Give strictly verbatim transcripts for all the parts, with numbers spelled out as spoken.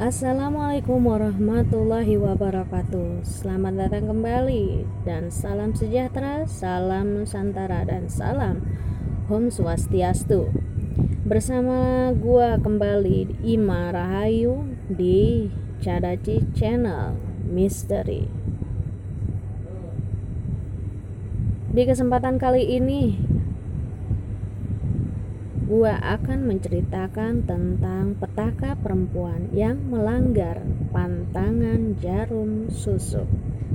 Assalamualaikum warahmatullahi wabarakatuh. Selamat datang kembali dan salam sejahtera, salam Nusantara dan salam Om Swastiastu. Bersama gua kembali Ima Rahayu di Cadaci Channel Misteri. Di kesempatan kali ini gua akan menceritakan tentang petaka perempuan yang melanggar pantangan jarum susuk.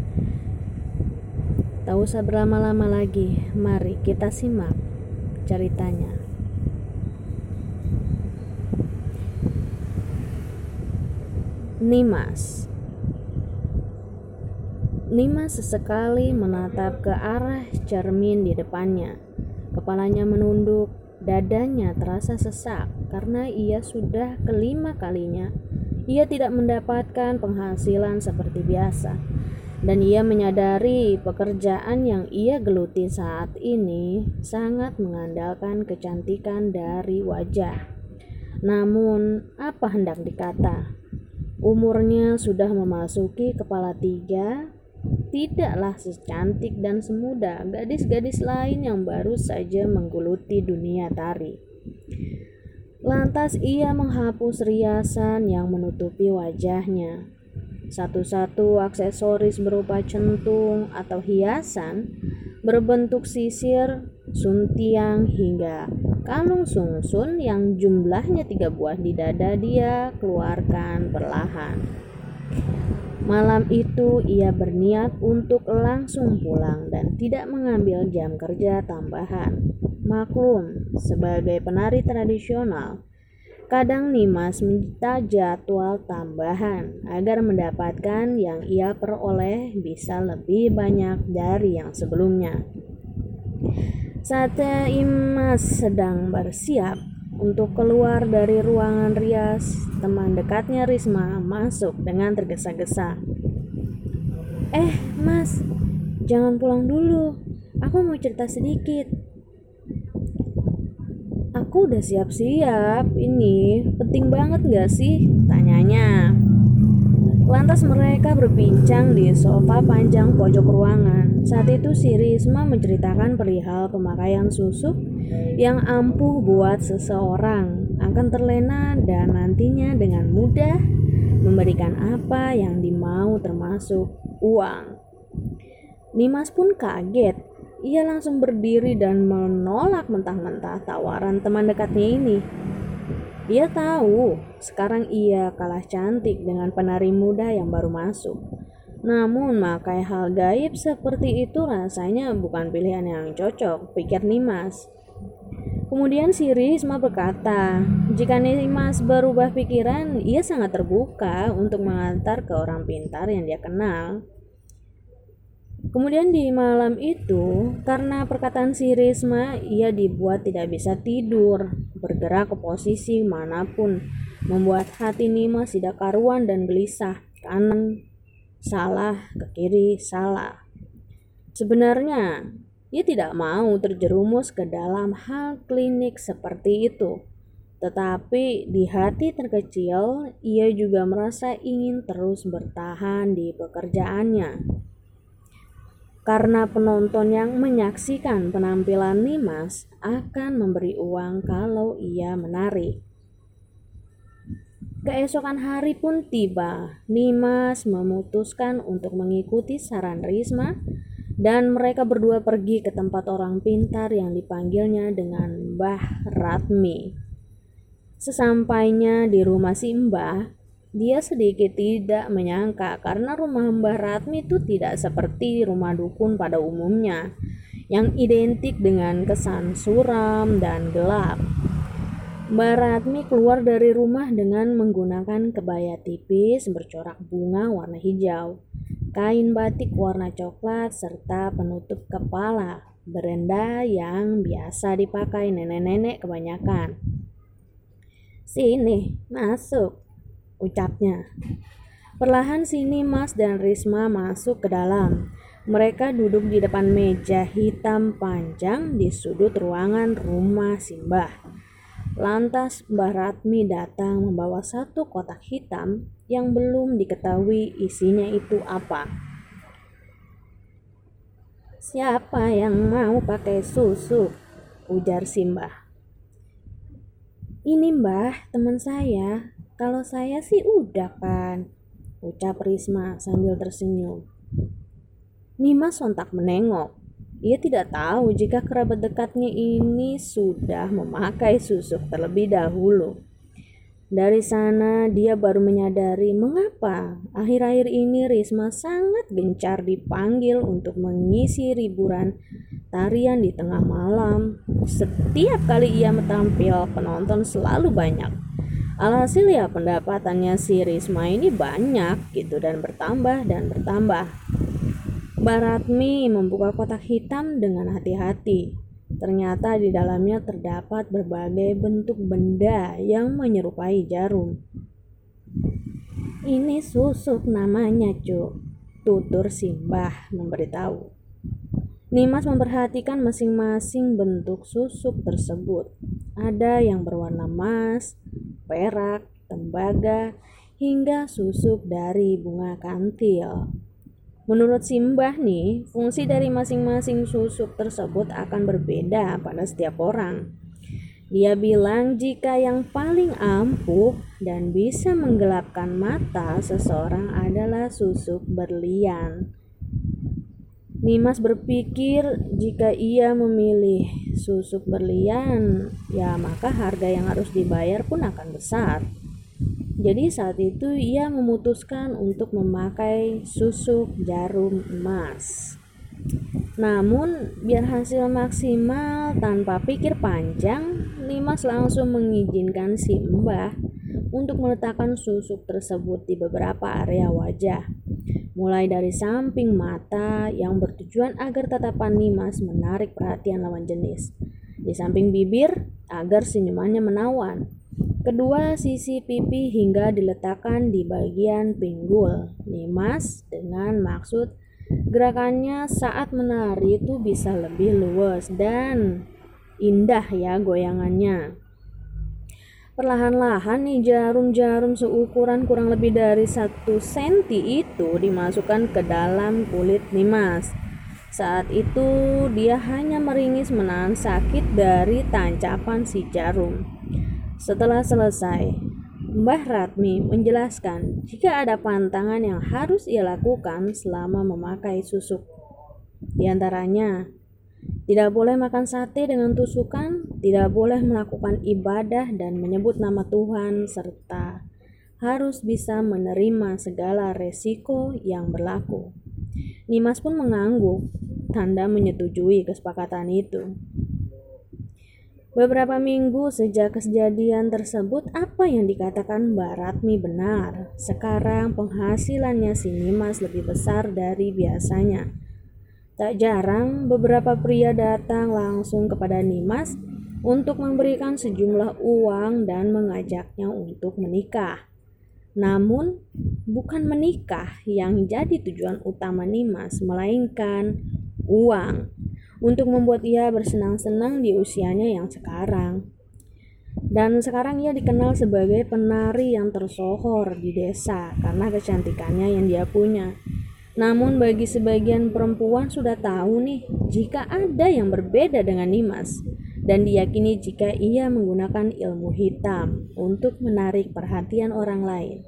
Tak usah berlama-lama lagi, mari kita simak ceritanya. Nimas Nimas sesekali menatap ke arah cermin di depannya. Kepalanya menunduk. Dadanya terasa sesak karena ia sudah kelima kalinya ia tidak mendapatkan penghasilan seperti biasa, dan ia menyadari pekerjaan yang ia geluti saat ini sangat mengandalkan kecantikan dari wajah. Namun apa hendak dikata, umurnya sudah memasuki kepala tiga, tidaklah secantik dan semudah gadis-gadis lain yang baru saja menggeluti dunia tari. Lantas ia menghapus riasan yang menutupi wajahnya. Satu-satu aksesoris berupa centung atau hiasan berbentuk sisir, suntiang hingga kalung sungsun yang jumlahnya tiga buah di dada dia keluarkan perlahan. Malam itu ia berniat untuk langsung pulang dan tidak mengambil jam kerja tambahan. Maklum, sebagai penari tradisional, kadang Nimas minta jadwal tambahan agar mendapatkan yang ia peroleh bisa lebih banyak dari yang sebelumnya. Saat Nimas sedang bersiap untuk keluar dari ruangan rias, teman dekatnya Risma masuk dengan tergesa-gesa. Eh mas, jangan pulang dulu, aku mau cerita sedikit. Aku udah siap-siap, ini penting banget gak sih? Tanyanya. Lantas mereka berbincang di sofa panjang pojok ruangan. Saat itu si Risma menceritakan perihal pemakaian susuk yang ampuh buat seseorang akan terlena dan nantinya dengan mudah memberikan apa yang dimau termasuk uang. Nimas pun kaget. Ia langsung berdiri dan menolak mentah-mentah tawaran teman dekatnya ini. Dia tahu sekarang ia kalah cantik dengan penari muda yang baru masuk. Namun memakai hal gaib seperti itu rasanya bukan pilihan yang cocok, pikir Nimas. Kemudian si Risma berkata, jika Nimas berubah pikiran, ia sangat terbuka untuk mengantar ke orang pintar yang dia kenal. Kemudian di malam itu, karena perkataan si Risma, ia dibuat tidak bisa tidur, bergerak ke posisi manapun, membuat hati Nimas tidak karuan dan gelisah. Kanan salah, ke kiri salah. Sebenarnya, ia tidak mau terjerumus ke dalam hal klinik seperti itu. Tetapi di hati terkecil, ia juga merasa ingin terus bertahan di pekerjaannya. Karena penonton yang menyaksikan penampilan Nimas akan memberi uang kalau ia menari. Keesokan hari pun tiba. Nimas memutuskan untuk mengikuti saran Risma dan mereka berdua pergi ke tempat orang pintar yang dipanggilnya dengan Mbah Ratmi. Sesampainya di rumah si Mbah, dia sedikit tidak menyangka karena rumah Mbah Ratmi itu tidak seperti rumah dukun pada umumnya yang identik dengan kesan suram dan gelap. Mbah Ratmi keluar dari rumah dengan menggunakan kebaya tipis bercorak bunga warna hijau, kain batik warna coklat, serta penutup kepala berenda yang biasa dipakai nenek-nenek kebanyakan. Sini, masuk, ucapnya. Perlahan si Nimas dan Risma masuk ke dalam. Mereka duduk di depan meja hitam panjang di sudut ruangan rumah si Mbah. Lantas Mbah Ratmi datang membawa satu kotak hitam yang belum diketahui isinya itu apa. "Siapa yang mau pakai susu?" ujar si Mbah. "Ini Mbah, teman saya. Kalau saya sih udah kan," ucap Risma sambil tersenyum. Nimas sontak menengok. Ia tidak tahu jika kerabat dekatnya ini sudah memakai susuk terlebih dahulu. Dari sana dia baru menyadari mengapa akhir-akhir ini Risma sangat gencar dipanggil untuk mengisi hiburan tarian di tengah malam. Setiap kali ia tampil, penonton selalu banyak. Alhasil ya pendapatannya si Risma ini banyak gitu dan bertambah dan bertambah. Mbah Ratmi membuka kotak hitam dengan hati-hati. Ternyata di dalamnya terdapat berbagai bentuk benda yang menyerupai jarum. "Ini susuk namanya, Cuk," tutur si Mbah memberitahu. Nimas memperhatikan masing-masing bentuk susuk tersebut. Ada yang berwarna emas, perak, tembaga, hingga susuk dari bunga kantil. Menurut si Mbah nih, fungsi dari masing-masing susuk tersebut akan berbeda pada setiap orang. Dia bilang jika yang paling ampuh dan bisa menggelapkan mata seseorang adalah susuk berlian. Nimas berpikir jika ia memilih susuk berlian, ya maka harga yang harus dibayar pun akan besar. Jadi saat itu ia memutuskan untuk memakai susuk jarum emas. Namun biar hasil maksimal tanpa pikir panjang, Nimas langsung mengizinkan si Mbah untuk meletakkan susuk tersebut di beberapa area wajah. Mulai dari samping mata yang bertujuan agar tatapan Nimas menarik perhatian lawan jenis. Di samping bibir agar senyumannya menawan. Kedua sisi pipi hingga diletakkan di bagian pinggul Nimas dengan maksud gerakannya saat menari itu bisa lebih luas dan indah ya goyangannya. Perlahan-lahan nih jarum-jarum seukuran kurang lebih dari satu senti itu dimasukkan ke dalam kulit Nimas. Saat itu dia hanya meringis menahan sakit dari tancapan si jarum. Setelah selesai, Mbah Ratmi menjelaskan jika ada pantangan yang harus ia lakukan selama memakai susuk. Di antaranya, tidak boleh makan sate dengan tusukan, tidak boleh melakukan ibadah dan menyebut nama Tuhan, serta harus bisa menerima segala resiko yang berlaku. Nimas pun mengangguk, tanda menyetujui kesepakatan itu. Beberapa minggu sejak kejadian tersebut, apa yang dikatakan Mbah Ratmi benar. Sekarang penghasilannya si Nimas lebih besar dari biasanya. Tak jarang beberapa pria datang langsung kepada Nimas untuk memberikan sejumlah uang dan mengajaknya untuk menikah. Namun, bukan menikah yang jadi tujuan utama Nimas, melainkan uang untuk membuat ia bersenang-senang di usianya yang sekarang. Dan sekarang ia dikenal sebagai penari yang tersohor di desa karena kecantikannya yang dia punya. Namun bagi sebagian perempuan sudah tahu nih jika ada yang berbeda dengan Nimas, dan diyakini jika ia menggunakan ilmu hitam untuk menarik perhatian orang lain.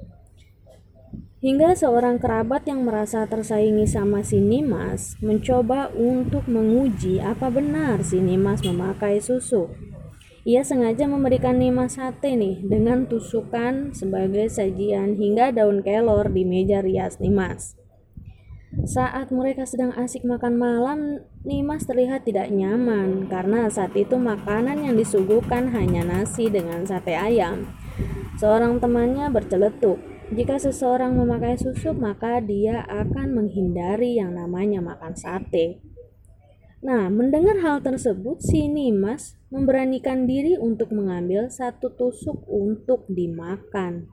Hingga seorang kerabat yang merasa tersaingi sama si Nimas mencoba untuk menguji apa benar si Nimas memakai susuk. Ia sengaja memberikan Nimas sate nih dengan tusukan sebagai sajian hingga daun kelor di meja rias Nimas. Saat mereka sedang asik makan malam, Nimas terlihat tidak nyaman karena saat itu makanan yang disuguhkan hanya nasi dengan sate ayam. Seorang temannya berceletuk, jika seseorang memakai susuk maka dia akan menghindari yang namanya makan sate. Nah, mendengar hal tersebut, si Nimas memberanikan diri untuk mengambil satu tusuk untuk dimakan.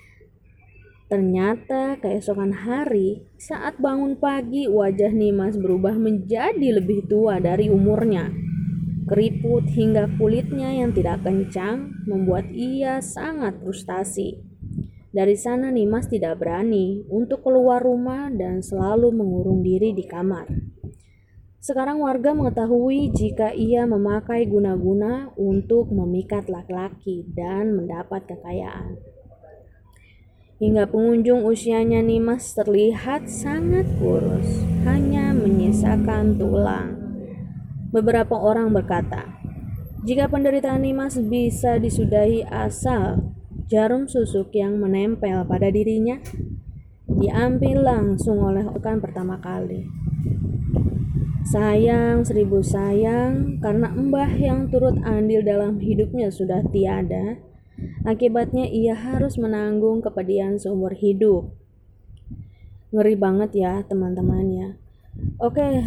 Ternyata keesokan hari, saat bangun pagi, wajah Nimas berubah menjadi lebih tua dari umurnya. keriput hingga kulitnya yang tidak kencang membuat ia sangat frustasi. Dari sana Nimas tidak berani untuk keluar rumah dan selalu mengurung diri di kamar. Sekarang warga mengetahui jika ia memakai guna-guna untuk memikat laki-laki dan mendapat kekayaan. Hingga pengunjung usianya Nimas terlihat sangat kurus, hanya menyisakan tulang. Beberapa orang berkata, jika penderitaan Nimas bisa disudahi asal jarum susuk yang menempel pada dirinya diambil langsung oleh rekan pertama kali. Sayang seribu sayang, karena mbah yang turut andil dalam hidupnya sudah tiada. Akibatnya ia harus menanggung kepedihan seumur hidup. Ngeri banget ya teman-teman ya. Oke,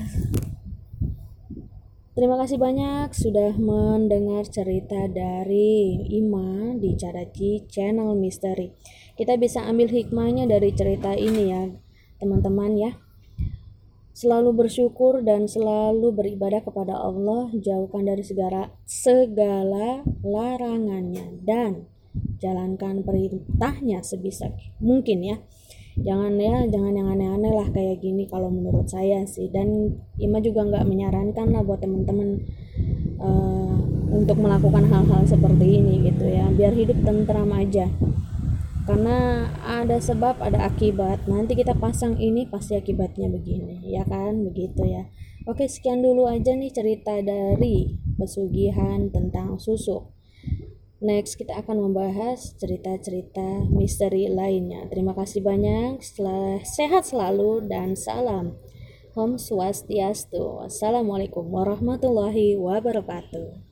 terima kasih banyak sudah mendengar cerita dari Ima di Caraci Channel Misteri. Kita bisa ambil hikmahnya dari cerita ini ya teman-teman ya. Selalu bersyukur dan selalu beribadah kepada Allah, jauhkan dari segala segala larangannya dan jalankan perintahnya sebisa mungkin ya. Jangan ya, jangan yang aneh-aneh lah kayak gini kalau menurut saya sih. Dan Ima juga nggak menyarankan lah buat teman-teman uh, untuk melakukan hal-hal seperti ini gitu ya. Biar hidup tentram aja. Karena ada sebab, ada akibat. Nanti kita pasang ini pasti akibatnya begini, ya kan? Begitu ya. Oke, sekian dulu aja nih cerita dari pesugihan tentang susuk. Next kita akan membahas cerita-cerita misteri lainnya. Terima kasih banyak. Setelah sehat selalu dan salam Om Swastiastu. Wassalamualaikum warahmatullahi wabarakatuh.